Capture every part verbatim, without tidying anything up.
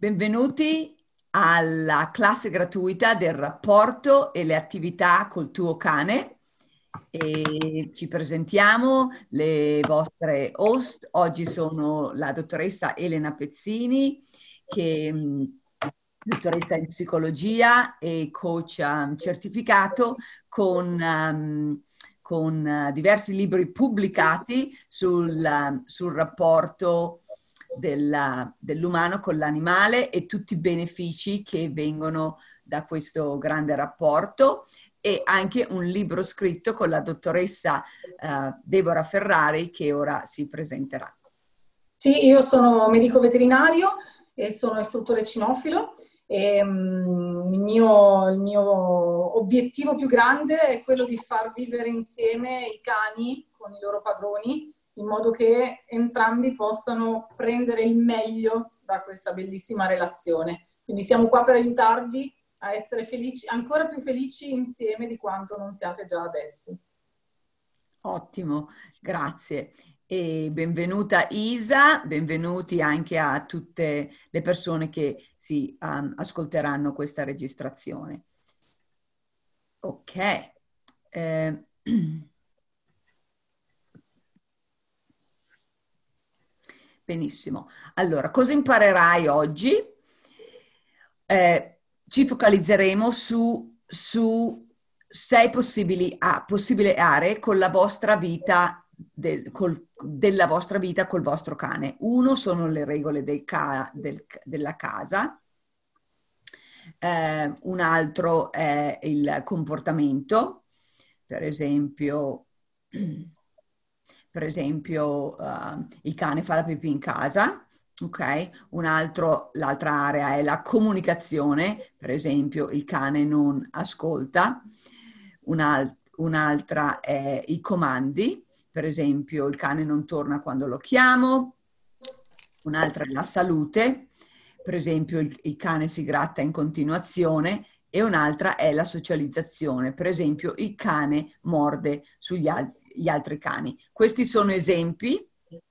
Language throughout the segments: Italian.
Benvenuti alla classe gratuita del rapporto e le attività col tuo cane. E ci presentiamo, le vostre host. Oggi sono la dottoressa Elena Pezzini, che è dottoressa in psicologia e coach um, certificato con, um, con uh, diversi libri pubblicati sul, uh, sul rapporto della, dell'umano con l'animale e tutti i benefici che vengono da questo grande rapporto, e anche un libro scritto con la dottoressa uh, Deborah Ferrari, che ora si presenterà. Sì, io sono medico veterinario e sono istruttore cinofilo. E, um, il, mio, il mio obiettivo più grande è quello di far vivere insieme i cani con i loro padroni, in modo che entrambi possano prendere il meglio da questa bellissima relazione. Quindi siamo qua per aiutarvi a essere felici, ancora più felici insieme di quanto non siate già adesso. Ottimo, grazie. E benvenuta Isa, benvenuti anche a tutte le persone che si um, ascolteranno questa registrazione. Ok. Eh, benissimo. Allora, cosa imparerai oggi? Eh, ci focalizzeremo su, su sei possibili, ah, possibili aree con la vostra vita, del, col, della vostra vita col vostro cane. Uno sono le regole del ca, del, della casa, eh, un altro è il comportamento, per esempio, per esempio uh, il cane fa la pipì in casa. Ok, un altro, l'altra area è la comunicazione, per esempio il cane non ascolta. Un'al- un'altra è i comandi, per esempio il cane non torna quando lo chiamo. Un'altra è la salute, per esempio il, il cane si gratta in continuazione. E un'altra è la socializzazione, per esempio il cane morde sugli al- gli altri cani. Questi sono esempi.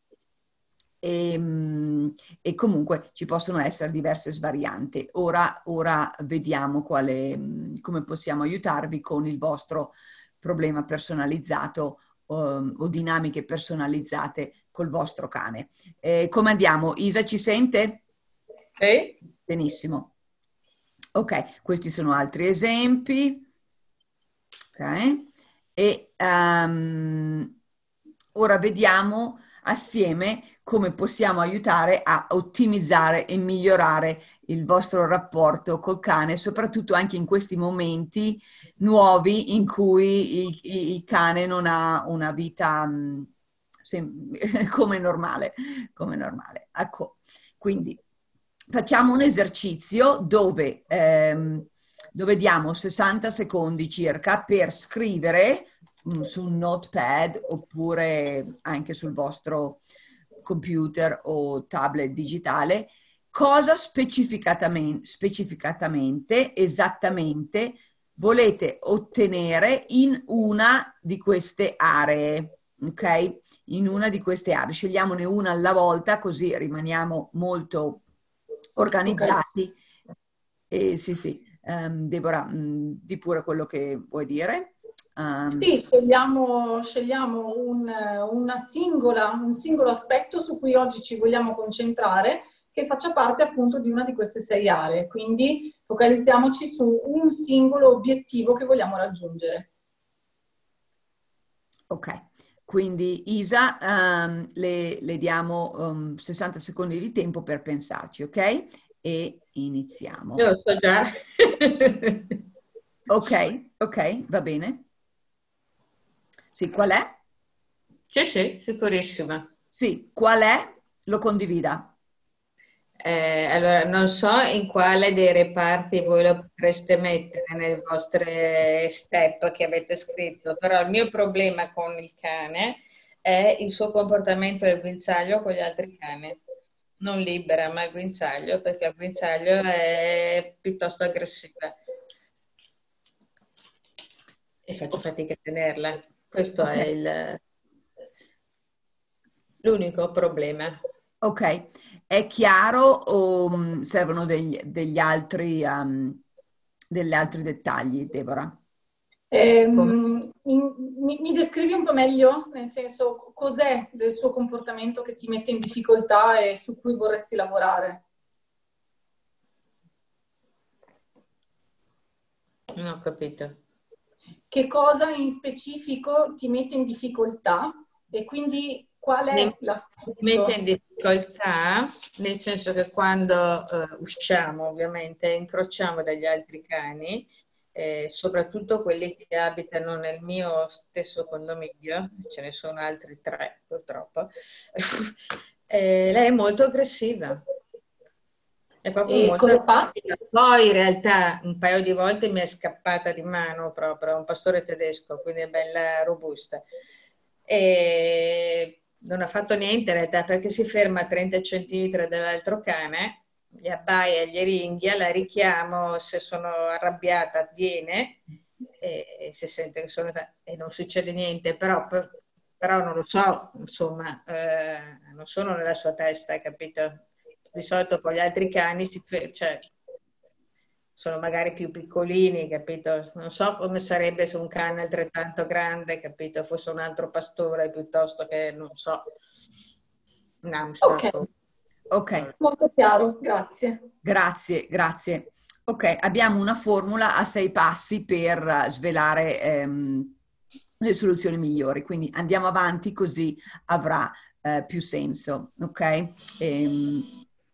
E, e comunque ci possono essere diverse svarianti. Ora, ora vediamo quale, come possiamo aiutarvi con il vostro problema personalizzato um, o dinamiche personalizzate col vostro cane. Eh, come andiamo? Isa, ci sente? Sì. Benissimo. Ok, questi sono altri esempi. Ok. E um, ora vediamo assieme come possiamo aiutare a ottimizzare e migliorare il vostro rapporto col cane, soprattutto anche in questi momenti nuovi in cui il, il cane non ha una vita mh, sem- come normale, come normale. Ecco, quindi facciamo un esercizio dove, ehm, dove diamo sessanta secondi circa per scrivere mh, su un notepad oppure anche sul vostro computer o tablet digitale cosa specificatamente, specificatamente, esattamente volete ottenere in una di queste aree. Ok? In una di queste aree. Scegliamone una alla volta, così rimaniamo molto organizzati. Okay. E sì, sì. Um, Deborah, mh, di pure quello che vuoi dire. Um, Sì, scegliamo, scegliamo un, una singola, un singolo aspetto su cui oggi ci vogliamo concentrare, che faccia parte appunto di una di queste sei aree. Quindi focalizziamoci su un singolo obiettivo che vogliamo raggiungere. Ok, quindi Isa, um, le, le diamo um, sessanta secondi di tempo per pensarci, ok? E iniziamo. Io lo so già. Ok, ok, va bene. Sì, qual è? Sì, sì, sicurissima. Sì, qual è? Lo condivida. Eh, allora, non so in quale dei reparti voi lo potreste mettere nelle vostre step che avete scritto, però il mio problema con il cane è il suo comportamento del guinzaglio con gli altri cani. Non libera, ma il guinzaglio, perché il guinzaglio è piuttosto aggressiva. E faccio fatica a tenerla. Questo Okay. è il, l'unico problema. Ok, è chiaro o mh, servono degli, degli altri, um, degli altri dettagli, Deborah? Ehm, in- mi, mi descrivi un po' meglio, nel senso, cos'è del suo comportamento che ti mette in difficoltà e su cui vorresti lavorare? Non ho capito. Che cosa in specifico ti mette in difficoltà e quindi qual Mi è mette in l'aspetto? difficoltà, nel senso che quando eh, usciamo, ovviamente, incrociamo degli altri cani, eh, soprattutto quelli che abitano nel mio stesso condominio, ce ne sono altri tre purtroppo, eh, lei è molto aggressiva. È proprio E molto cosa fa? aggressiva. Poi in realtà un paio di volte mi è scappata di mano proprio, è un pastore tedesco, quindi è bella robusta. E non ha fatto niente in realtà perché si ferma a trenta centimetri dall'altro cane, gli abbaia, gli ringhia, la richiamo, se sono arrabbiata viene e, e si sente che sono e non succede niente, però, però non lo so, insomma, eh, non sono nella sua testa, capito? Di solito con gli altri cani si, cioè, sono magari più piccolini, capito? Non so come sarebbe se un cane altrettanto grande, capito? Fosse un altro pastore piuttosto che, non so, un Ok, hamster. Ok, molto chiaro, grazie. grazie, grazie. Ok, abbiamo una formula a sei passi per eh, svelare ehm, le soluzioni migliori, quindi andiamo avanti così avrà eh, più senso, ok? Ehm,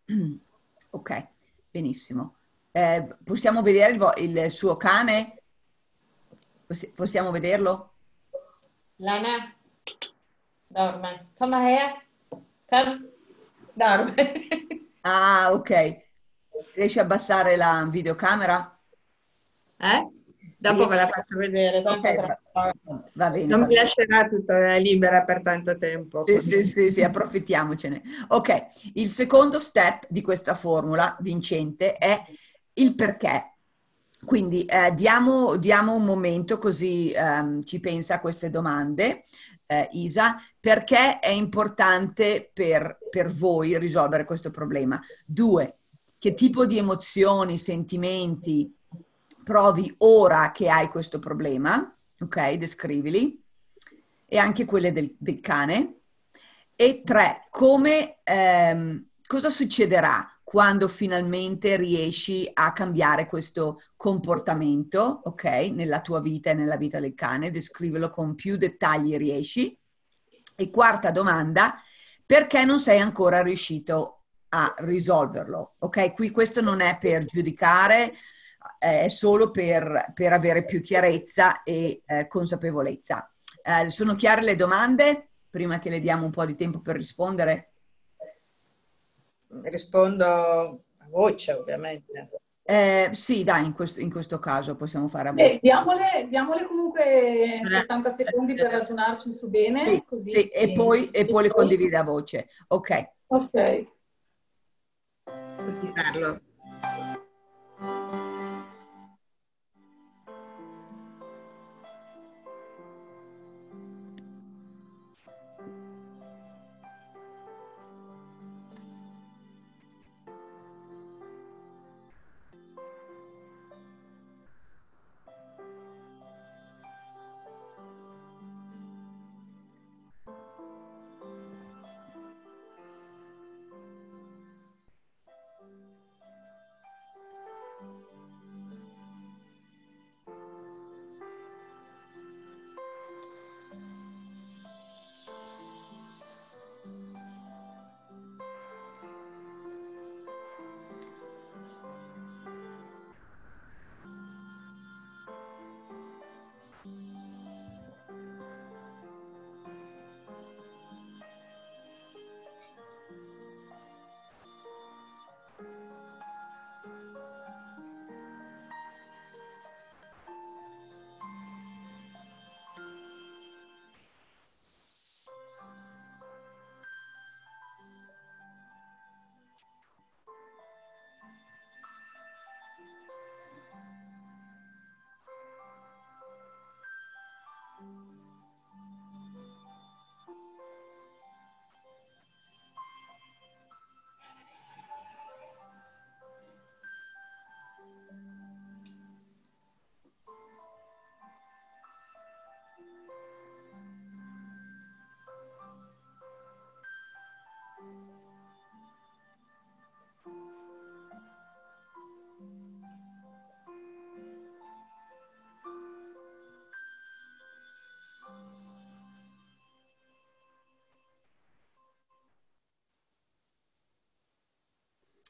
ok, benissimo. Eh, possiamo vedere il, vo- il suo cane? Possi- possiamo vederlo? Lana, dorme. Come here. Come. Dorme. Ah, ok. Riesci a abbassare la videocamera? Eh? Dopo ve Riesci- la faccio vedere, Ok, tanto tra- va, va bene, non va mi bene. lascerà tutta libera per tanto tempo. Sì, sì, sì, sì, approfittiamocene. Ok, il secondo step di questa formula vincente è il perché. Quindi eh, diamo, diamo un momento così ehm, ci pensa a queste domande, eh, Isa, perché è importante per, per voi risolvere questo problema? Due, che tipo di emozioni, sentimenti provi ora che hai questo problema? Ok, descrivili. E anche quelle del, del cane. E tre, come, ehm, cosa succederà quando finalmente riesci a cambiare questo comportamento, ok, nella tua vita e nella vita del cane? Descriverlo con più dettagli riesci. E quarta domanda, perché non sei ancora riuscito a risolverlo? Ok, qui questo non è per giudicare, eh, è solo per, per avere più chiarezza e eh, consapevolezza. Eh, sono chiare le domande? Prima che le diamo un po' di tempo per rispondere. Rispondo a voce, ovviamente. Eh, sì, dai, in questo, in questo caso possiamo fare a voce. Beh, diamole, diamole comunque sessanta secondi per ragionarci su Sì, bene, così... sì, e poi, e e poi le poi- condivide a voce. Ok. Ok. Tutti Carlo.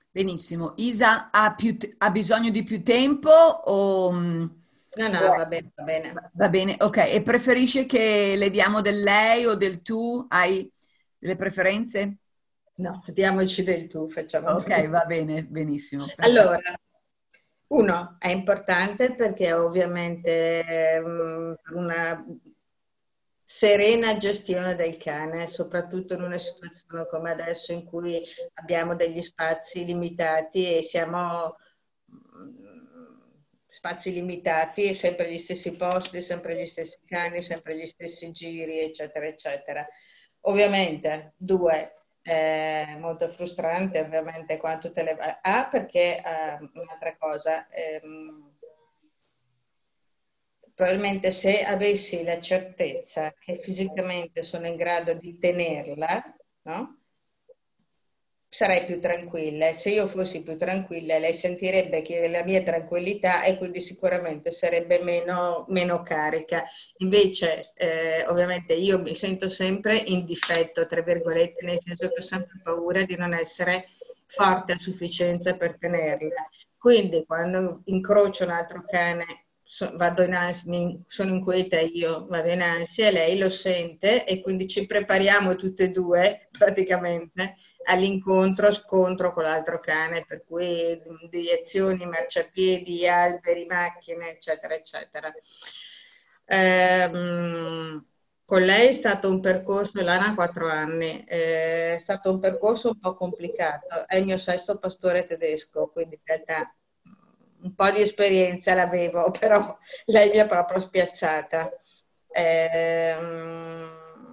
Benissimo. Isa ha, più t- ha bisogno di più tempo o... mm, No, no, o è- va bene, va bene. Va bene, ok. E preferisce che le diamo del lei o del tu? Hai delle preferenze? No, diamoci del tu, facciamo Ok, prima. va bene, benissimo, perfetto. Allora, uno, è importante perché ovviamente ehm, una serena gestione del cane, soprattutto in una situazione come adesso in cui abbiamo degli spazi limitati e siamo mm, spazi limitati e sempre gli stessi posti, sempre gli stessi cani, sempre gli stessi giri, eccetera, eccetera. Ovviamente, due, è molto frustrante, ovviamente, quando tutte le... Ah, perché eh, un'altra cosa, ehm, probabilmente se avessi la certezza che fisicamente sono in grado di tenerla, no? Sarei più tranquilla. E se io fossi più tranquilla, lei sentirebbe che la mia tranquillità e quindi sicuramente sarebbe meno, meno carica. Invece, eh, ovviamente, io mi sento sempre in difetto, tra virgolette, nel senso che ho sempre paura di non essere forte a sufficienza per tenerla. Quindi, quando incrocio un altro cane, so- vado in ansia, mi- sono inquieta io, vado in ansia, lei lo sente e quindi ci prepariamo tutte e due praticamente all'incontro, scontro con l'altro cane, per cui deviazioni, marciapiedi, alberi, macchine, eccetera, eccetera. Ehm, con lei è stato un percorso, Lana ha quattro anni, eh, è stato un percorso un po' complicato, è il mio sesto pastore tedesco, quindi in realtà un po' di esperienza l'avevo, però lei mi ha proprio spiazzata. Ehm,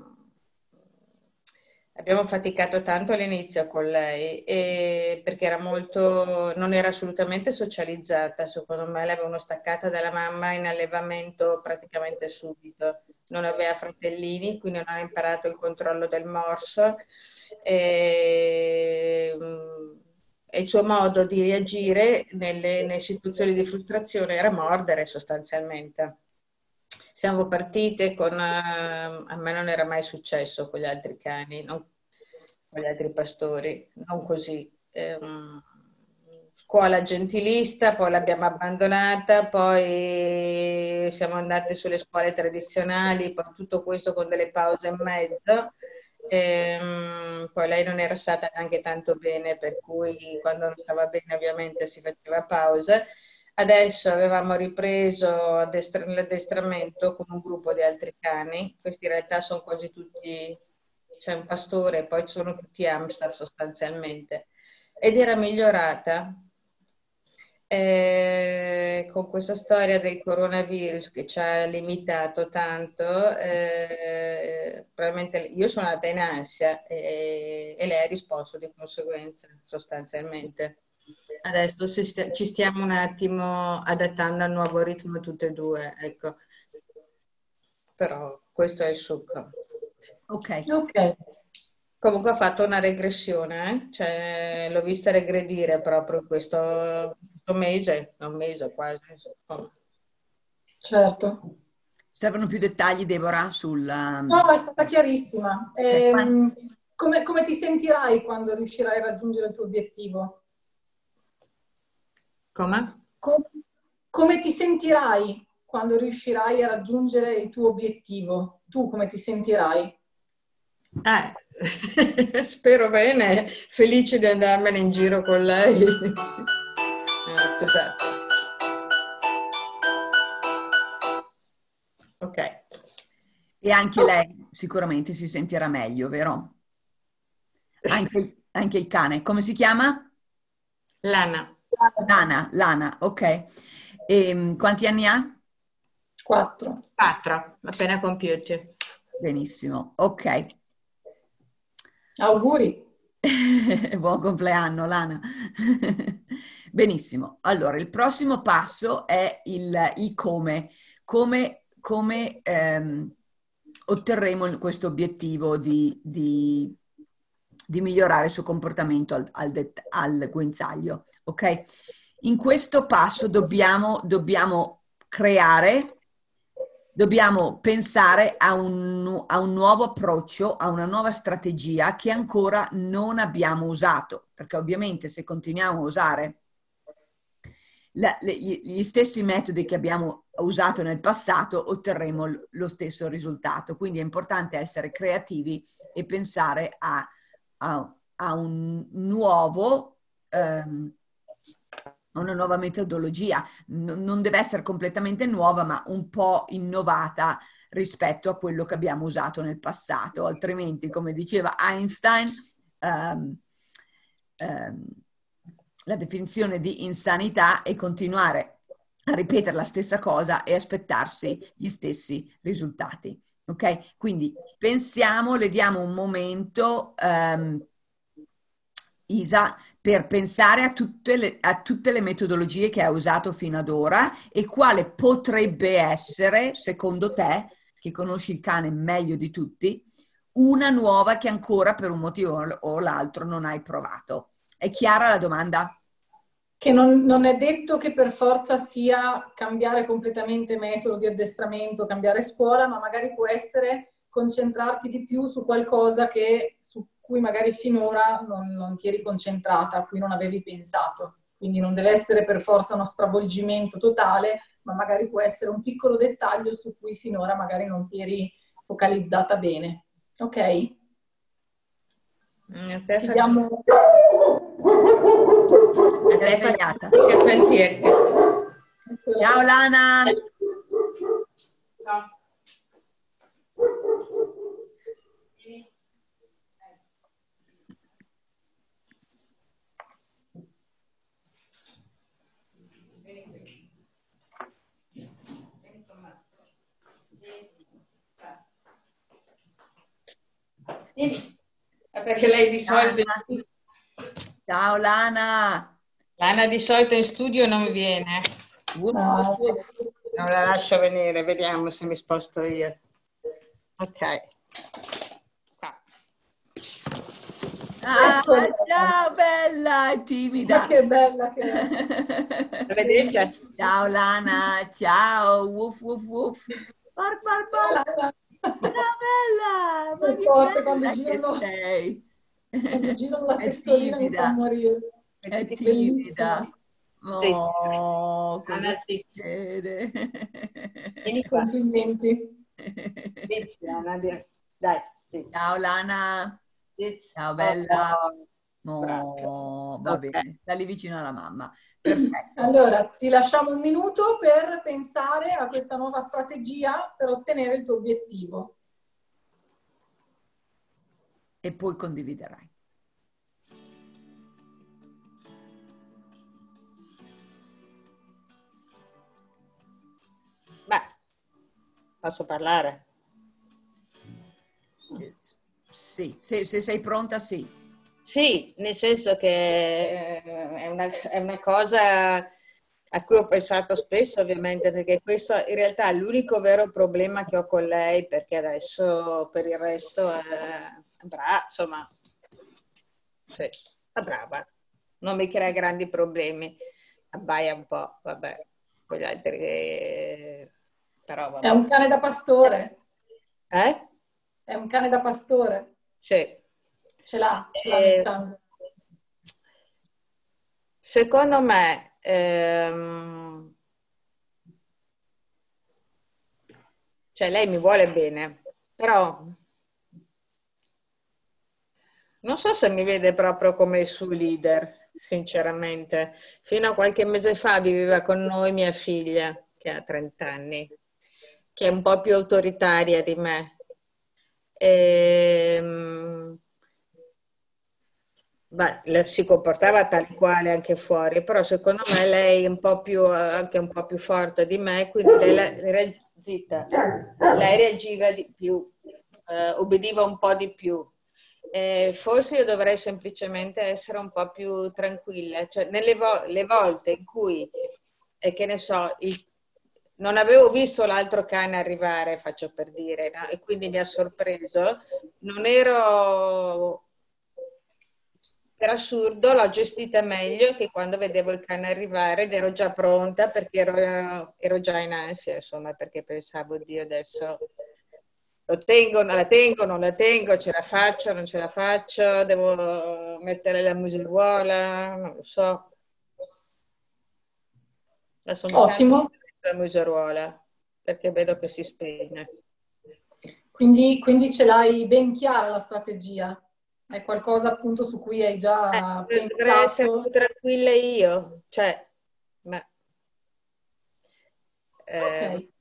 abbiamo faticato tanto all'inizio con lei e perché era molto, non era assolutamente socializzata, secondo me l'avevano staccata dalla mamma in allevamento praticamente subito, non aveva fratellini, quindi non ha imparato il controllo del morso e, e il suo modo di reagire nelle, nelle situazioni di frustrazione era mordere sostanzialmente. Siamo partite con, eh, a me non era mai successo con gli altri cani, non, con gli altri pastori, non così. Ehm, scuola gentilista, poi l'abbiamo abbandonata, poi siamo andate sulle scuole tradizionali, poi tutto questo con delle pause in mezzo. Ehm, poi lei non era stata neanche tanto bene, per cui quando non stava bene ovviamente si faceva pausa. Adesso avevamo ripreso addestra- l'addestramento con un gruppo di altri cani, questi in realtà sono quasi tutti, c'è un pastore e poi sono tutti hamster sostanzialmente, ed era migliorata. Eh, con questa storia del coronavirus che ci ha limitato tanto, eh, probabilmente io sono andata in ansia e, e lei ha risposto di conseguenza, sostanzialmente. Adesso si sta- ci stiamo un attimo adattando al nuovo ritmo tutte e due, ecco. Però questo è il succo. Ok. Ok, Comunque ha fatto una regressione, eh? Cioè, l'ho vista regredire proprio questo, questo mese, un mese quasi. Insomma. certo. Servono più dettagli, Deborah, sul... No, um, ma è stata chiarissima. ok, qua- Ehm, come, come ti sentirai quando riuscirai a raggiungere il tuo obiettivo? Come? Com- come ti sentirai quando riuscirai a raggiungere il tuo obiettivo? Tu come ti sentirai? Eh, spero bene, felice di andarmene in giro con lei. Eh, scusate. Ok. E anche Ok. lei sicuramente si sentirà meglio, vero? Anche, anche il cane. Come si chiama? Lana, Lana, Lana, ok. E, quanti anni ha? Quattro. quattro, appena compiuti. Benissimo, ok. Auguri. Buon compleanno, Lana. Benissimo. Allora, il prossimo passo è il, il come. Come, come ehm, otterremo questo obiettivo di, di, di migliorare il suo comportamento al, al, det- al guinzaglio. Ok? In questo passo dobbiamo, dobbiamo creare dobbiamo pensare a un, a un nuovo approccio, a una nuova strategia che ancora non abbiamo usato, perché ovviamente se continuiamo a usare la, le, gli stessi metodi che abbiamo usato nel passato, otterremo lo stesso risultato. Quindi è importante essere creativi e pensare a, a, a un nuovo ehm, una nuova metodologia. Non deve essere completamente nuova, ma un po' innovata rispetto a quello che abbiamo usato nel passato, altrimenti, come diceva Einstein, um, um, la definizione di insanità è continuare a ripetere la stessa cosa e aspettarsi gli stessi risultati. Ok? Quindi pensiamo, le diamo un momento, um, Isa, per pensare a tutte, le, a tutte le metodologie che ha usato fino ad ora e quale potrebbe essere, secondo te, che conosci il cane meglio di tutti, una nuova che ancora per un motivo o l'altro non hai provato. È chiara la domanda? Che non, non è detto che per forza sia cambiare completamente metodo di addestramento, cambiare scuola, ma magari può essere concentrarti di più su qualcosa che, su cui magari finora non, non ti eri concentrata, a cui non avevi pensato. Quindi non deve essere per forza uno stravolgimento totale, ma magari può essere un piccolo dettaglio su cui finora magari non ti eri focalizzata bene. Ok? Mm, te Ti faccio... diamo... È svegliata. Ciao Lana! No. Perché lei di solito... Ciao Lana! Lana di solito in studio non viene. Uff, uff, uff. Non la lascio venire, vediamo se mi sposto io. Ok. Ah, ciao bella, è timida. Ma che bella che è. Vedete? Ciao Lana, ciao, uff, uff, uff. Par, par, par. Ciao, Ciao bella, ma che che forte quando bella che girano, sei. quando girano la È testolina mi fa timida, morire. è Bellissima. timida. Oh, cosa Anna, zitti. succede? Vieni qua. Complimenti. Zitti, Anna, dai, zitti. Ciao Lana, Zitti. ciao bella. Oh, Oh, va ok. bene, sta lì vicino alla mamma. Perfetto. Allora, ti lasciamo un minuto per pensare a questa nuova strategia per ottenere il tuo obiettivo. E poi condividerai. Beh, posso parlare? Sì, se, se sei pronta, sì. Sì, nel senso che è una, è una cosa a cui ho pensato spesso, ovviamente, perché questo in realtà è l'unico vero problema che ho con lei, perché adesso per il resto è brava, insomma, sì, è brava, non mi crea grandi problemi, abbaia un po', vabbè, con gli altri, che... però vabbè. È un cane da pastore. Eh? È un cane da pastore. Sì. Ce l'ha, ce l'ha nel sangue. Secondo me, ehm, cioè lei mi vuole bene, però non so se mi vede proprio come il suo leader, sinceramente. Fino a qualche mese fa viveva con noi mia figlia, che ha trenta anni, che è un po' più autoritaria di me. Ehm, Beh, si comportava tal quale anche fuori, però secondo me lei è un po' più, anche un po' più forte di me, quindi lei, lei, zitta, lei reagiva di più, eh, obbediva un po' di più. Eh, forse io dovrei semplicemente essere un po' più tranquilla, cioè nelle vo le volte in cui, eh, che ne so, il, non avevo visto l'altro cane arrivare, faccio per dire, no? E quindi mi ha sorpreso, non ero... per assurdo l'ho gestita meglio che quando vedevo il cane arrivare ed ero già pronta perché ero, ero già in ansia, insomma, perché pensavo, Dio, adesso lo tengo, non la tengo, non la tengo, ce la faccio, non ce la faccio, devo mettere la museruola, non lo so. Ma sono tanto Ottimo. la museruola perché vedo che si spegne. Quindi, quindi ce l'hai ben chiara la strategia? È qualcosa appunto su cui hai già Eh, dovrei essere pensato? più tranquilla io, cioè, ma, eh, Ok.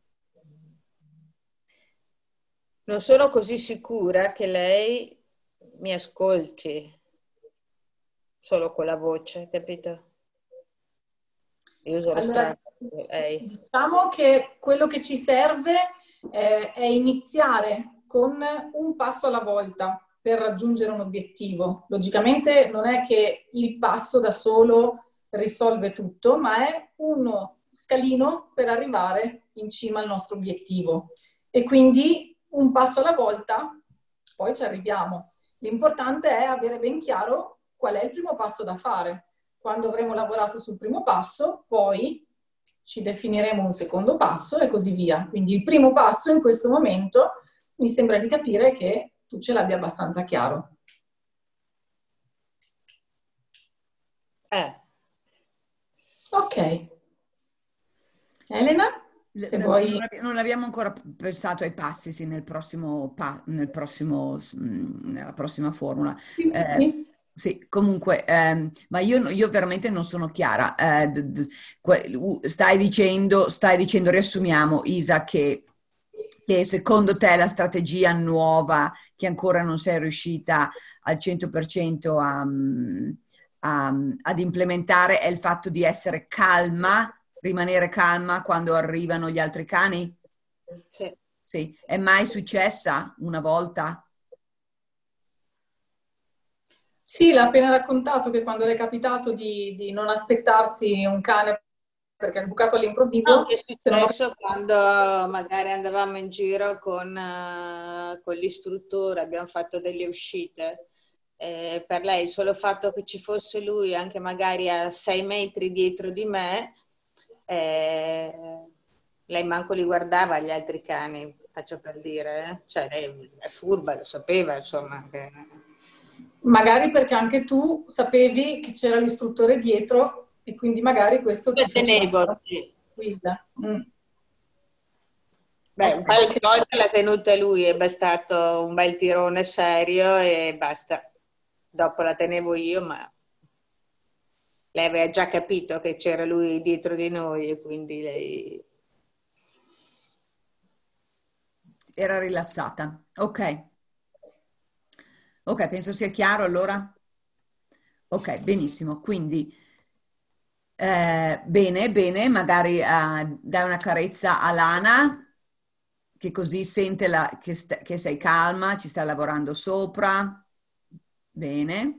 non sono così sicura che lei mi ascolti solo con la voce, capito? Io uso lo Allora, strano. Lei. diciamo che quello che ci serve eh, è iniziare con un passo alla volta per raggiungere un obiettivo. Logicamente non è che il passo da solo risolve tutto, ma è uno scalino per arrivare in cima al nostro obiettivo. E quindi un passo alla volta, poi ci arriviamo. L'importante è avere ben chiaro qual è il primo passo da fare. Quando avremo lavorato sul primo passo, poi ci definiremo un secondo passo e così via. Quindi il primo passo in questo momento mi sembra di capire che tu ce l'abbia abbastanza chiaro. Eh. Ok. Elena, se vuoi... Non abbiamo ancora pensato ai passi, sì, nel prossimo, pa- nel prossimo, mm, nella prossima formula. Sì, sì, Eh, sì. sì, comunque, ehm, ma io, io veramente non sono chiara. Eh, d- d- que- u- stai dicendo, stai dicendo, riassumiamo, Isa, che, che secondo te la strategia nuova che ancora non sei riuscita al cento per cento a, mm, a- ad implementare è il fatto di essere calma, rimanere calma quando arrivano gli altri cani? Sì. Sì. È mai successa una volta? Sì, l'ha appena raccontato che quando le è capitato di, di non aspettarsi un cane perché è sbucato No, mi all'improvviso, è se non ho... successo quando magari andavamo in giro con, eh, con l'istruttore, abbiamo fatto delle uscite. Eh, per lei il solo fatto che ci fosse lui, anche magari a sei metri dietro di me, eh, lei manco li guardava gli altri cani, faccio per dire. Eh. Cioè, lei è furba, lo sapeva, insomma. Che... Magari perché anche tu sapevi che c'era l'istruttore dietro e quindi magari questo Lo ti faceva tenevo, stare un po' sì. tranquilla. Mm. Beh, un Ok, paio di volte l'ha tenuta lui, è bastato un bel tirone serio e basta. Dopo la tenevo io, ma lei aveva già capito che c'era lui dietro di noi e quindi lei... Era rilassata. Ok. Ok, penso sia chiaro allora. Ok, benissimo. Quindi, eh, bene, bene, magari eh, dai una carezza a Lana, che così sente la- che, st- che sei calma, ci stai lavorando sopra. Bene.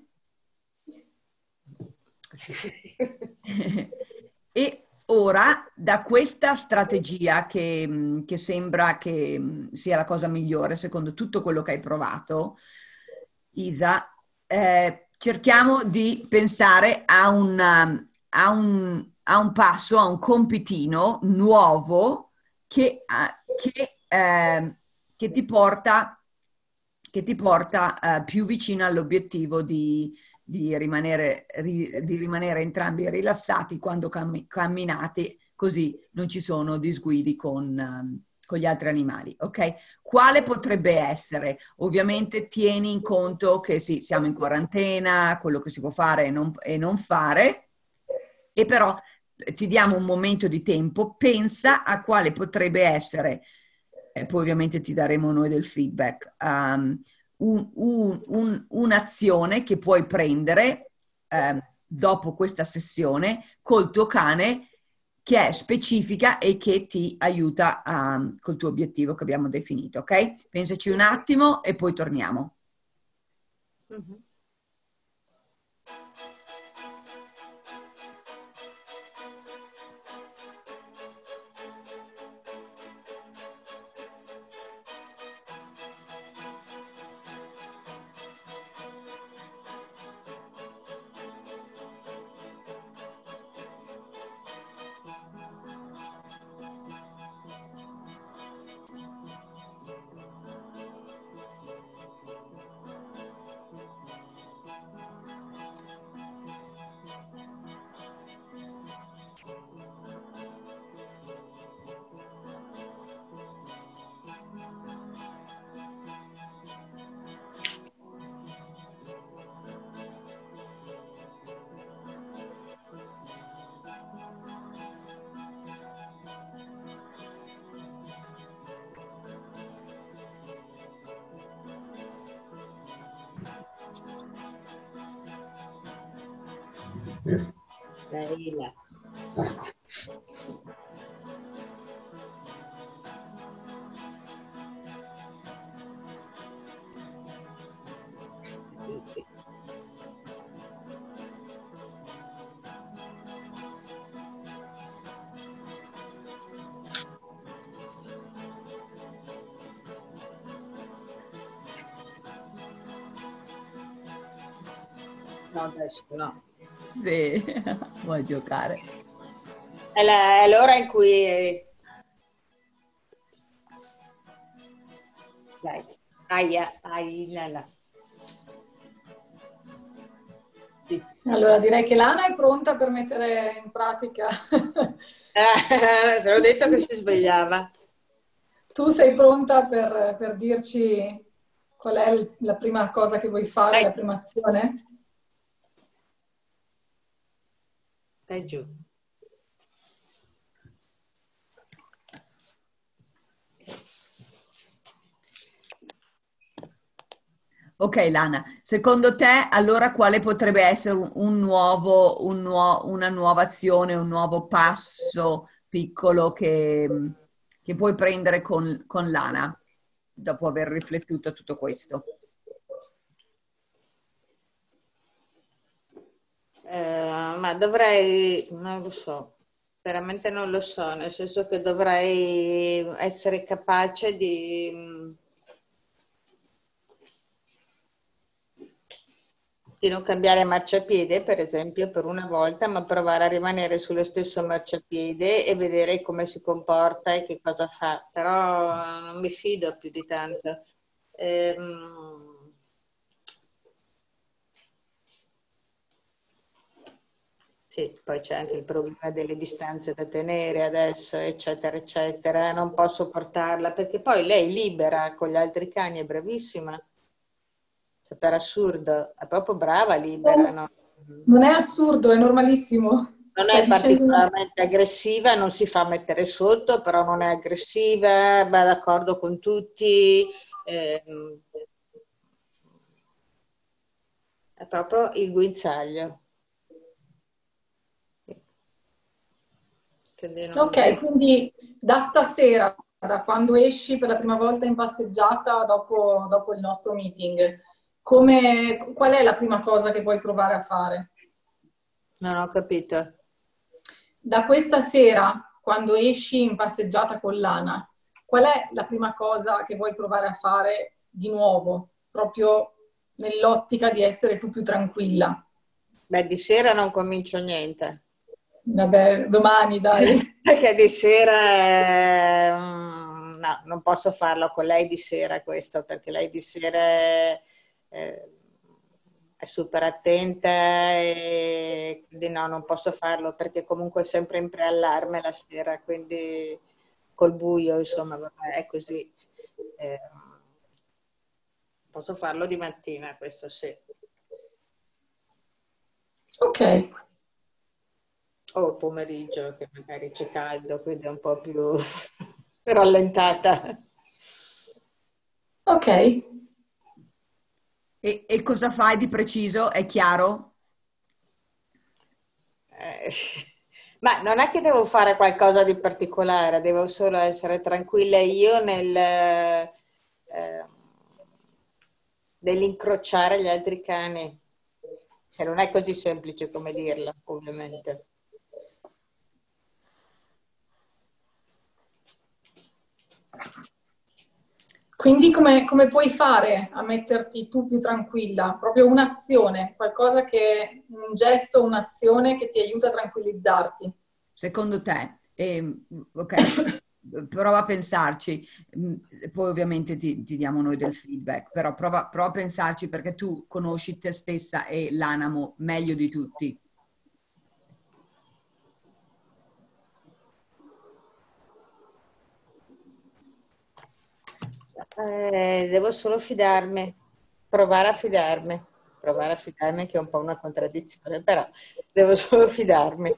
E ora, da questa strategia che, mh, che sembra che mh, sia la cosa migliore, secondo tutto quello che hai provato, Isa, eh, cerchiamo di pensare a un, um, a un, a un passo, a un compitino nuovo che, ah, che, ehm, che ti porta, che ti porta eh, più vicino all'obiettivo di di rimanere, ri, di rimanere entrambi rilassati quando cammi, camminate, così non ci sono disguidi con, um, con gli altri animali. Ok? Quale potrebbe essere? Ovviamente tieni in conto che sì, siamo in quarantena, quello che si può fare e non, e non fare, e però ti diamo un momento di tempo, pensa a quale potrebbe essere, e poi ovviamente ti daremo noi del feedback, um, un, un, un, un'azione che puoi prendere eh, dopo questa sessione col tuo cane che è specifica e che ti aiuta a, col tuo obiettivo che abbiamo definito, ok? Pensaci un attimo e poi torniamo. Mhm. Leila. No, adesso no. Sì, vuoi giocare? È la- è l'ora in cui... Dai, aia, aia, là. Sì. Allora direi che Lana è pronta per mettere in pratica. Eh, te l'ho detto che si svegliava. Tu sei pronta per, per dirci qual è il- la prima cosa che vuoi fare, Dai, la prima azione? dai giù. Ok, Lana, secondo te allora quale potrebbe essere un, un nuovo, un nuo- una nuova azione, un nuovo passo piccolo che, che puoi prendere con, con Lana dopo aver riflettuto a tutto questo? Eh, ma dovrei, non lo so, veramente non lo so, nel senso che dovrei essere capace di, di non cambiare marciapiede, per esempio, per una volta, ma provare a rimanere sullo stesso marciapiede e vedere come si comporta e che cosa fa. Però non mi fido più di tanto. Ehm, Sì, poi c'è anche il problema delle distanze da tenere adesso, eccetera, eccetera. Non posso portarla perché poi lei libera con gli altri cani, è bravissima. Cioè, per assurdo, è proprio brava libera, no? Non è assurdo, è normalissimo. Non Stai è dicendo... particolarmente aggressiva, non si fa mettere sotto, però non è aggressiva, va d'accordo con tutti. ehm, è proprio il guinzaglio. Quindi non... Ok, quindi da stasera, da quando esci per la prima volta in passeggiata dopo, dopo il nostro meeting, come, qual è la prima cosa che vuoi provare a fare? non ho capito. Da questa sera, quando esci in passeggiata con Lana, qual è la prima cosa che vuoi provare a fare di nuovo, proprio nell'ottica di essere tu più tranquilla? Beh, di sera non comincio niente. Vabbè, domani, dai. Perché di sera, eh, mm, no, non posso farlo con lei di sera questo, perché lei di sera è, eh, è super attenta e quindi no, non posso farlo perché comunque è sempre in preallarme la sera, quindi col buio, insomma, vabbè, è così. Eh, posso farlo di mattina, questo sì. Ok, O il pomeriggio, che magari c'è caldo, quindi è un po' più rallentata. ok. E, e cosa fai di preciso? È chiaro? Eh, ma non è che devo fare qualcosa di particolare, devo solo essere tranquilla io nel, eh, nell'incrociare gli altri cani, che non è così semplice come dirlo, ovviamente. Quindi come, come puoi fare a metterti tu più tranquilla? Proprio un'azione, qualcosa che, un gesto, un'azione che ti aiuta a tranquillizzarti. Secondo te? E, ok, prova a pensarci, mm, poi ovviamente ti, ti diamo noi del feedback, però prova, prova a pensarci perché tu conosci te stessa e l'animo meglio di tutti. Eh, devo solo fidarmi, provare a fidarmi, provare a fidarmi che è un po' una contraddizione, però devo solo fidarmi.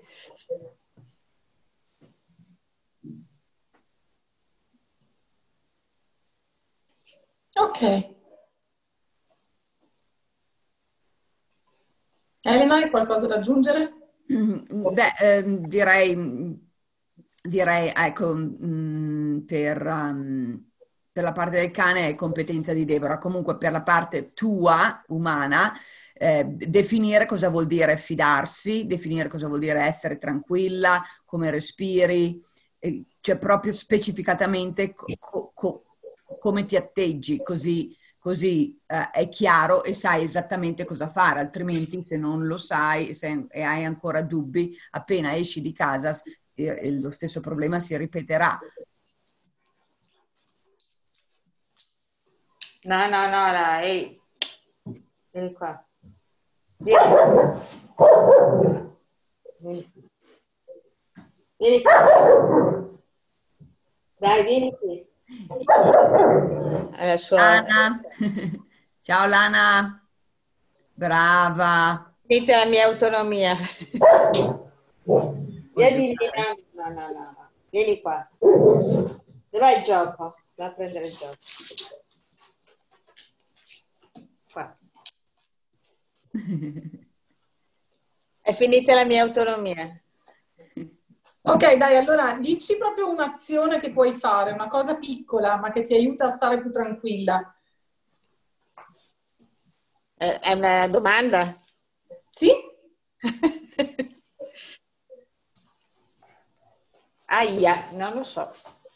Ok. Elena, hai qualcosa da aggiungere? Beh, ehm, direi, direi, ecco, mh, per, um, per la parte del cane è competenza di Deborah. Comunque per la parte tua, umana, eh, definire cosa vuol dire fidarsi, definire cosa vuol dire essere tranquilla, come respiri, eh, cioè proprio specificatamente co- co- co- come ti atteggi, così così eh, è chiaro e sai esattamente cosa fare, altrimenti se non lo sai se, e hai ancora dubbi, appena esci di casa eh, lo stesso problema si ripeterà. No, no, no, no, ehi, vieni qua. Vieni. Vieni. Vieni qua. Dai, vieni qui. Alla sua... Lana, ciao Lana, brava. Dite la mia autonomia. Vieni, no, no, no, no, vieni qua. Dov'è il gioco? Va a prendere il gioco. Qua. È finita la mia autonomia. Ok, dai, allora dici proprio un'azione che puoi fare, una cosa piccola, ma che ti aiuta a stare più tranquilla. È una domanda? Sì? Aia, non lo so.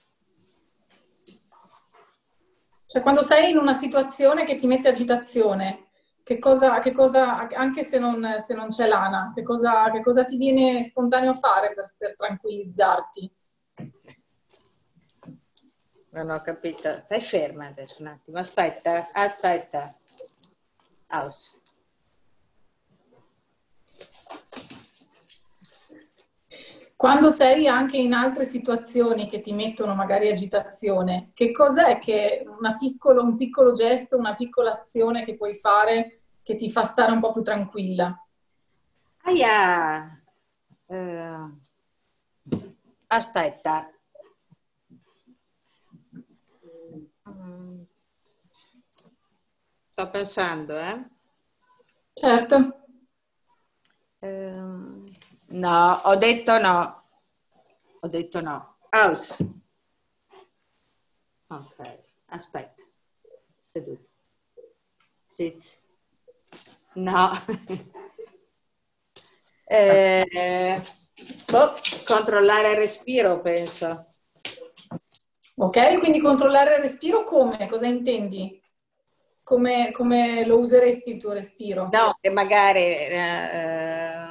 Cioè, quando sei in una situazione che ti mette agitazione, che cosa, che cosa anche se non, se non c'è Lana, che cosa, che cosa ti viene spontaneo fare per, per tranquillizzarti? Non ho capito. Stai ferma adesso un attimo. Aspetta, aspetta. House. Quando sei anche in altre situazioni che ti mettono magari agitazione, che cos'è che una piccolo, un piccolo gesto, una piccola azione che puoi fare che ti fa stare un po' più tranquilla? Aia. Uh, aspetta. Sto pensando, eh? Certo. Um, no, ho detto no. Ho detto no. House. Ok, aspetta. Seduto. Sit. No. eh, oh, controllare il respiro, penso. Ok, quindi controllare il respiro come? Cosa intendi? Come, come lo useresti il tuo respiro? No, che magari... Eh,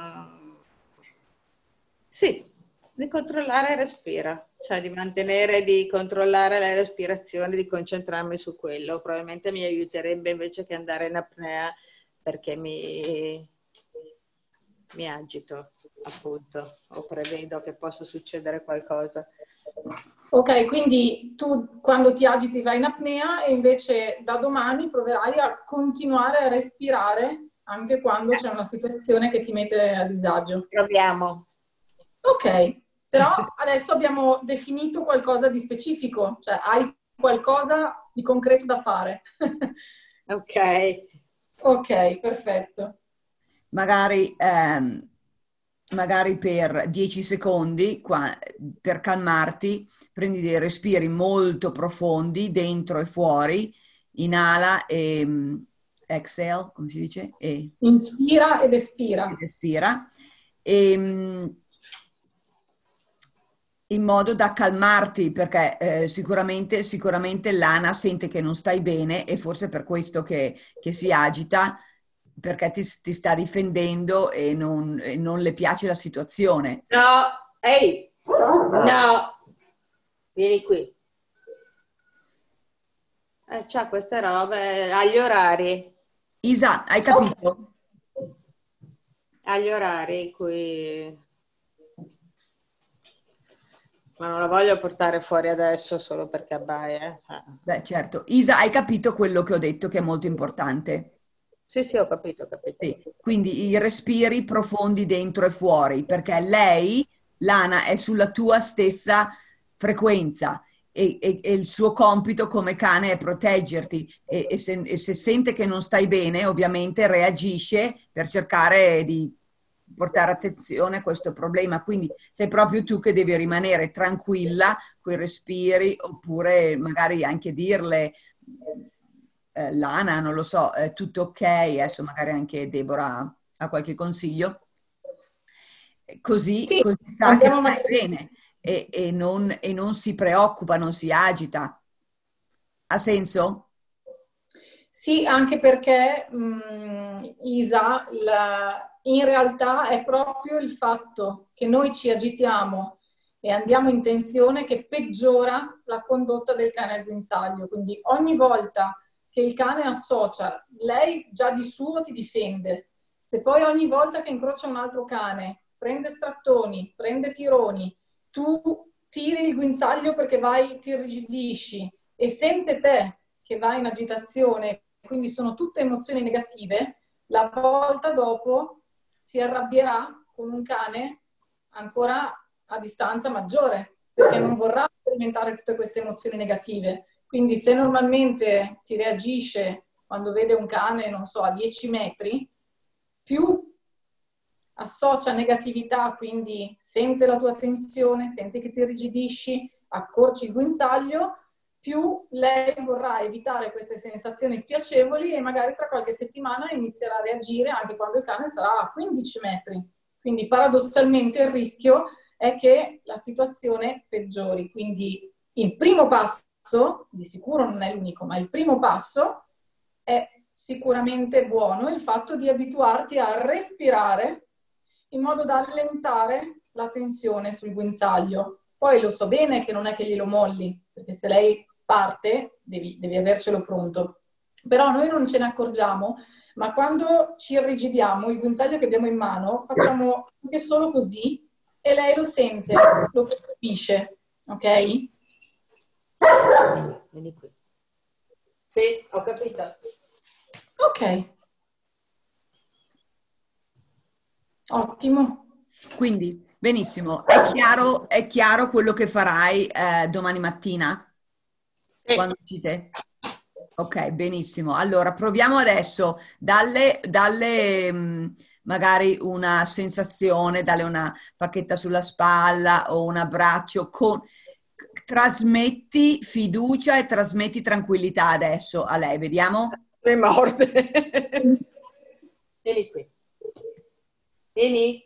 sì, di controllare il respiro, cioè di mantenere, di controllare la respirazione, di concentrarmi su quello. Probabilmente mi aiuterebbe invece che andare in apnea perché mi, mi agito, appunto, o prevedo che possa succedere qualcosa. Ok, quindi tu quando ti agiti vai in apnea e invece da domani proverai a continuare a respirare anche quando c'è una situazione che ti mette a disagio. Proviamo. Ok, però adesso abbiamo definito qualcosa di specifico, cioè hai qualcosa di concreto da fare. Ok. Ok, perfetto. Magari, ehm, magari per dieci secondi, qua, per calmarti, prendi dei respiri molto profondi, dentro e fuori, inala e um, exhale, come si dice? E, Inspira ed espira. ed espira. E, um, in modo da calmarti, perché eh, sicuramente, sicuramente Lana sente che non stai bene e forse per questo che, che si agita, perché ti, ti sta difendendo e non, e non le piace la situazione. No, ehi, no, vieni qui. Eh, c'ha queste robe agli orari. Isa, hai capito? Agli orari in cui... Ma non la voglio portare fuori adesso solo perché abbaia. Eh. Beh, certo. Isa, hai capito quello che ho detto che è molto importante? Sì, sì, ho capito, ho capito. Sì. Quindi i respiri profondi dentro e fuori, perché lei, Lana, è sulla tua stessa frequenza e, e, e il suo compito come cane è proteggerti e, e, se, e se sente che non stai bene, ovviamente reagisce per cercare di portare attenzione a questo problema. Quindi sei proprio tu che devi rimanere tranquilla coi respiri, oppure magari anche dirle eh, Lana, non lo so, è tutto ok, adesso magari anche Deborah ha qualche consiglio, così, Sì, così sa che andiamo stai magari. bene e, e, non, e non si preoccupa, non si agita. Ha senso? Sì, anche perché mh, Isa, la- in realtà è proprio il fatto che noi ci agitiamo e andiamo in tensione che peggiora la condotta del cane al guinzaglio. Quindi ogni volta che il cane associa, lei già di suo ti difende. Se poi ogni volta che incrocia un altro cane, prende strattoni, prende tironi, tu tiri il guinzaglio perché vai, ti irrigidisci e sente te che va in agitazione, quindi sono tutte emozioni negative, la volta dopo si arrabbierà con un cane ancora a distanza maggiore, perché non vorrà sperimentare tutte queste emozioni negative. Quindi se normalmente ti reagisce quando vede un cane, non so, a dieci metri, più associa negatività, quindi sente la tua tensione, sente che ti irrigidisci, accorci il guinzaglio, più lei vorrà evitare queste sensazioni spiacevoli e magari tra qualche settimana inizierà a reagire anche quando il cane sarà a quindici metri. Quindi paradossalmente il rischio è che la situazione peggiori. Quindi il primo passo, di sicuro non è l'unico, ma il primo passo è sicuramente buono il fatto di abituarti a respirare in modo da allentare la tensione sul guinzaglio. Poi lo so bene che non è che glielo molli, perché se lei parte devi, devi avercelo pronto. Però noi non ce ne accorgiamo, ma quando ci irrigidiamo, il guinzaglio che abbiamo in mano, facciamo anche solo così e lei lo sente, lo percepisce, ok? Vieni qui. Sì, ho capito. Ok. Ottimo. Quindi, benissimo. È chiaro, è chiaro quello che farai eh, domani mattina? Sì. Quando uscite? Ok, benissimo. Allora, proviamo adesso, dalle, dalle mh, magari una sensazione, dalle una pacchetta sulla spalla o un abbraccio, con, trasmetti fiducia e trasmetti tranquillità adesso a lei, vediamo? Le morde. Vieni qui. Vieni.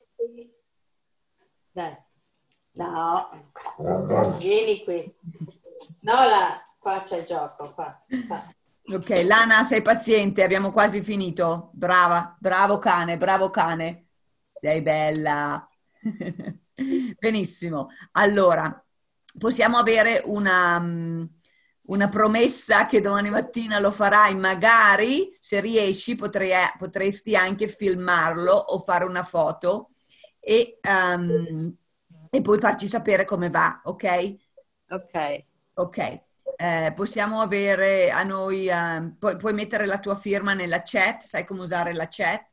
Dai. No. Vieni qui. No, là. Qua c'è il gioco, qua. qua. Ok, Lana, sei paziente, abbiamo quasi finito. Brava, bravo cane, bravo cane. Sei bella. Benissimo. Allora, possiamo avere una, mm, una promessa che domani mattina lo farai. Magari, se riesci, potrei- potresti anche filmarlo o fare una foto e, um, e poi farci sapere come va, ok? Ok. Ok. Eh, possiamo avere a noi, eh, pu- puoi mettere la tua firma nella chat, sai come usare la chat?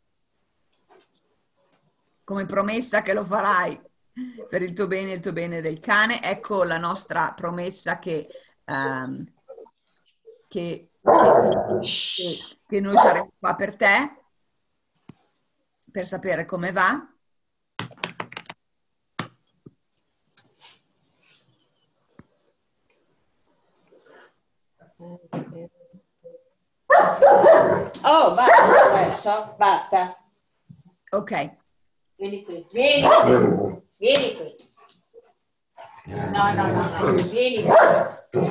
Come promessa che lo farai per il tuo bene e il tuo bene del cane. Ecco la nostra promessa che, ehm, che, che, che noi saremo qua per te, per sapere come va. Oh, basta adesso, basta. Ok. Vieni qui, vieni qui, vieni qui. No, no, no, no, vieni qui.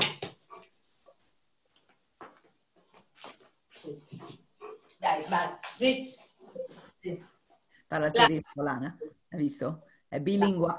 Dai, basta, zitz. Parla tedesco, Lana, hai visto? È bilingua.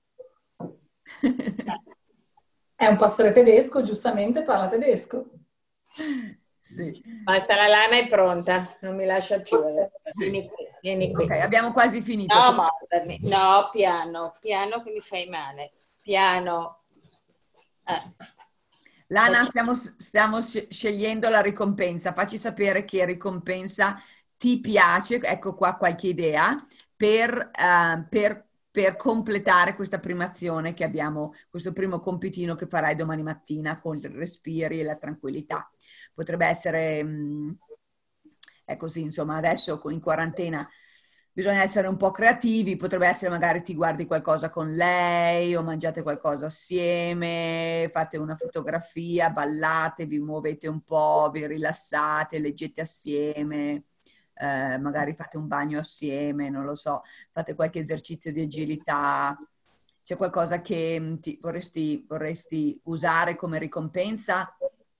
È un pastore tedesco, giustamente parla tedesco. Sì. Basta, la lana è pronta, non mi lascia più. Sì. Vieni qui, vieni qui. Ok, abbiamo quasi finito. No, mordermi. No, piano, piano che mi fai male. Piano. Eh. Lana, stiamo, stiamo scegliendo la ricompensa. Facci sapere che ricompensa ti piace. Ecco qua qualche idea per, uh, per per completare questa prima azione che abbiamo, questo primo compitino che farai domani mattina con i respiri e la tranquillità. Potrebbe essere, mh, è così, insomma, adesso in quarantena bisogna essere un po' creativi, potrebbe essere magari ti guardi qualcosa con lei o mangiate qualcosa assieme, fate una fotografia, ballate, vi muovete un po', vi rilassate, leggete assieme, eh, magari fate un bagno assieme, non lo so, fate qualche esercizio di agilità. C'è qualcosa che ti vorresti, vorresti usare come ricompensa?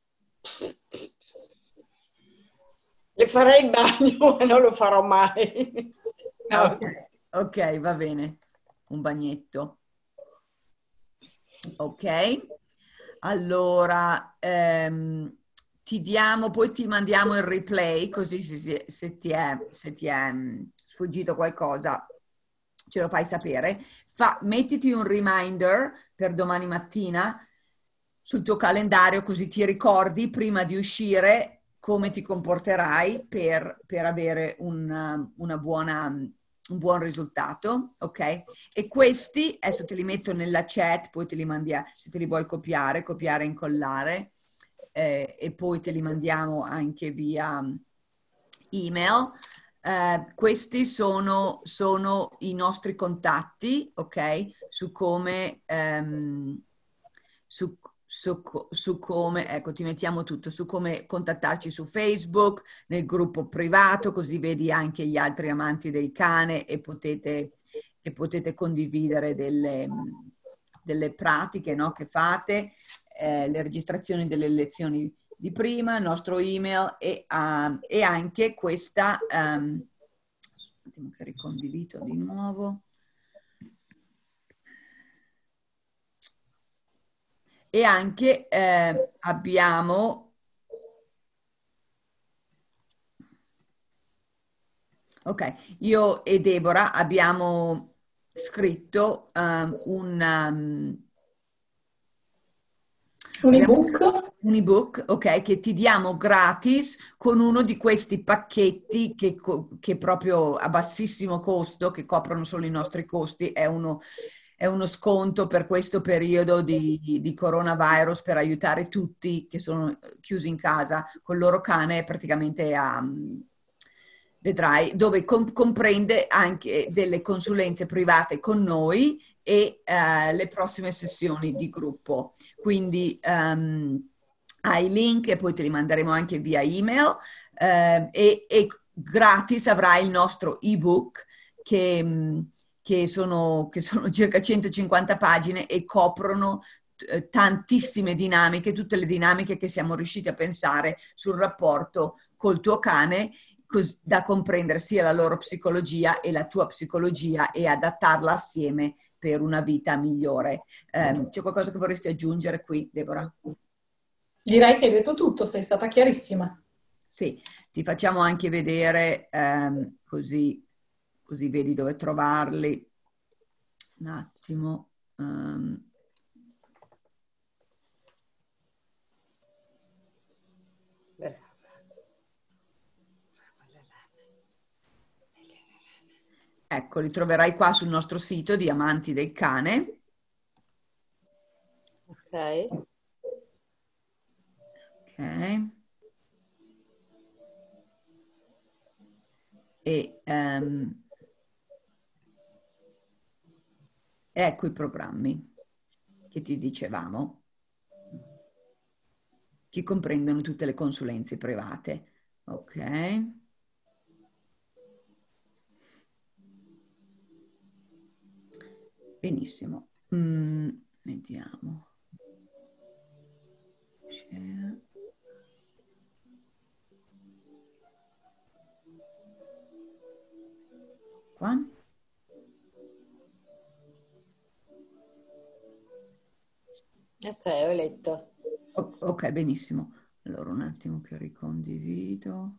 Le farei il bagno, ma non lo farò mai. No. Ok, ok, va bene. Un bagnetto. Ok. Allora, ehm, ti diamo, poi ti mandiamo il replay, così se, se ti è, se ti è mh, sfuggito qualcosa ce lo fai sapere. Fa, mettiti un reminder per domani mattina sul tuo calendario, così ti ricordi prima di uscire come ti comporterai per, per avere una, una buona, un buon risultato, ok? E questi, adesso te li metto nella chat, poi te li mandiamo, se te li vuoi copiare, copiare e incollare, eh, e poi te li mandiamo anche via email. Eh, questi sono, sono i nostri contatti, ok? Su come... ehm, su, su, su come, ecco, ti mettiamo tutto, su come contattarci su Facebook, nel gruppo privato, così vedi anche gli altri amanti del cane e potete, e potete condividere delle, delle pratiche, no, che fate, eh, le registrazioni delle lezioni di prima, il nostro email e, uh, e anche questa, um, un attimo che ricondivido di nuovo. E anche eh, abbiamo, ok, io e Deborah abbiamo scritto um, un, um, un ebook, un ebook, ok, che ti diamo gratis con uno di questi pacchetti che, che proprio a bassissimo costo, che coprono solo i nostri costi, è uno... È uno sconto per questo periodo di, di coronavirus per aiutare tutti che sono chiusi in casa con il loro cane praticamente a, vedrai, dove com- comprende anche delle consulenze private con noi e eh, le prossime sessioni di gruppo. Quindi um, hai i link e poi te li manderemo anche via email eh, e, e gratis avrai il nostro ebook che... Che sono, che sono circa centocinquanta pagine e coprono eh, tantissime dinamiche, tutte le dinamiche che siamo riusciti a pensare sul rapporto col tuo cane, cos- da comprendere sia la loro psicologia e la tua psicologia e adattarla assieme per una vita migliore. Eh, c'è qualcosa che vorresti aggiungere qui, Deborah? Direi che hai detto tutto, sei stata chiarissima. Sì, ti facciamo anche vedere ehm, così... così vedi dove trovarli. Un attimo. Um. Ecco, li troverai qua sul nostro sito di Amanti del Cane. Ok. Ok. E um, ecco i programmi che ti dicevamo, che comprendono tutte le consulenze private. Ok. Benissimo. Mm, vediamo. Share. Qua. Ok, ho letto. O- ok, benissimo. Allora un attimo che ricondivido.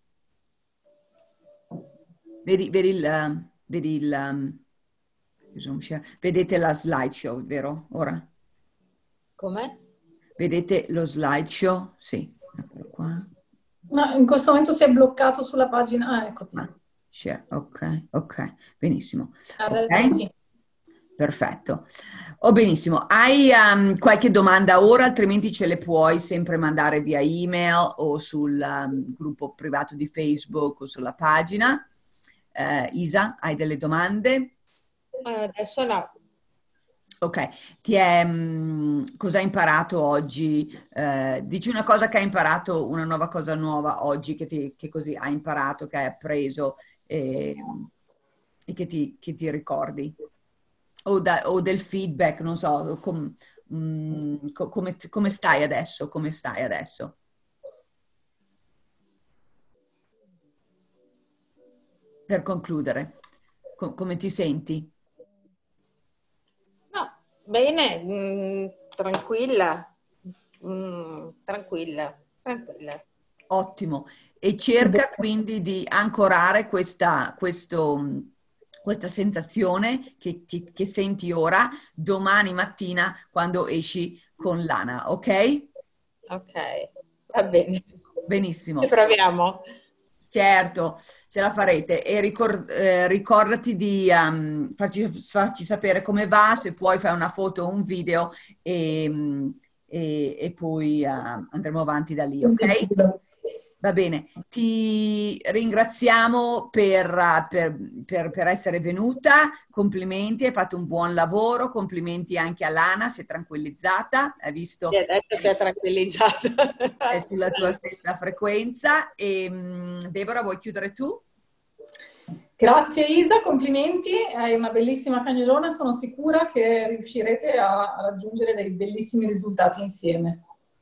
Vedi, vedi il, um, vedi il um, zoom share. Vedete la slideshow, vero? Ora? Come? Vedete lo slideshow? Sì, eccolo qua. No, in questo momento si è bloccato sulla pagina. Ah, eccoti. Ah, share, ok, ok, benissimo. Adesso Ok? sì. Perfetto. Oh, benissimo. Hai um, qualche domanda ora, altrimenti ce le puoi sempre mandare via email o sul um, gruppo privato di Facebook o sulla pagina. Uh, Isa, hai delle domande? Eh, adesso no. Ok, ti è, mh, cosa hai imparato oggi? Eh, dici una cosa che hai imparato, una nuova cosa nuova oggi che, ti, che così hai imparato, che hai appreso e, e che, ti, che ti ricordi? O, da- o del feedback, non so, com- mh, co- come, come stai adesso? Come stai adesso? Per concludere, co- come ti senti? No, bene, mm, tranquilla, mm, tranquilla, tranquilla. Ottimo. E cerca quindi di ancorare questa, questo, questa sensazione che, ti- che senti ora domani mattina quando esci con l'Ana, ok? Ok, va bene. Ci Benissimo. proviamo. Certo, ce la farete e ricor- eh, ricordati di um, farci, farci sapere come va, se puoi fare una foto o un video e, mm, e- e poi uh, andremo avanti da lì, ok? Va bene, ti ringraziamo per, uh, per- per- per essere venuta, complimenti, hai fatto un buon lavoro, complimenti anche a Lana, si è tranquillizzata, hai Sì, visto? adesso si è tranquillizzato. È sulla tua stessa frequenza. E, mh, Deborah, vuoi chiudere tu? Grazie Isa, complimenti, hai una bellissima cagnolona, sono sicura che riuscirete a, a raggiungere dei bellissimi risultati insieme.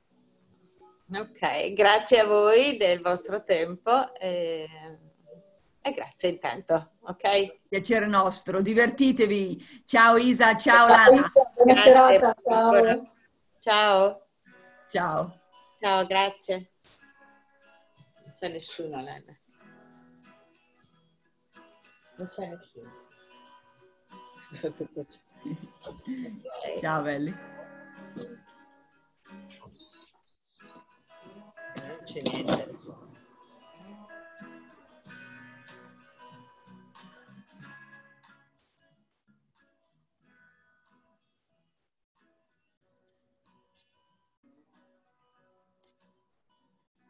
Ok, grazie a voi del vostro tempo e, e grazie intanto, ok? Piacere nostro, divertitevi. Ciao Isa, ciao Ciao Lana. Isa, buona Grazie serata, ancora. ciao. Ciao, Ciao. ciao, grazie. Non c'è nessuno, Lena. Non c'è nessuno. Ciao belli. Non c'è niente.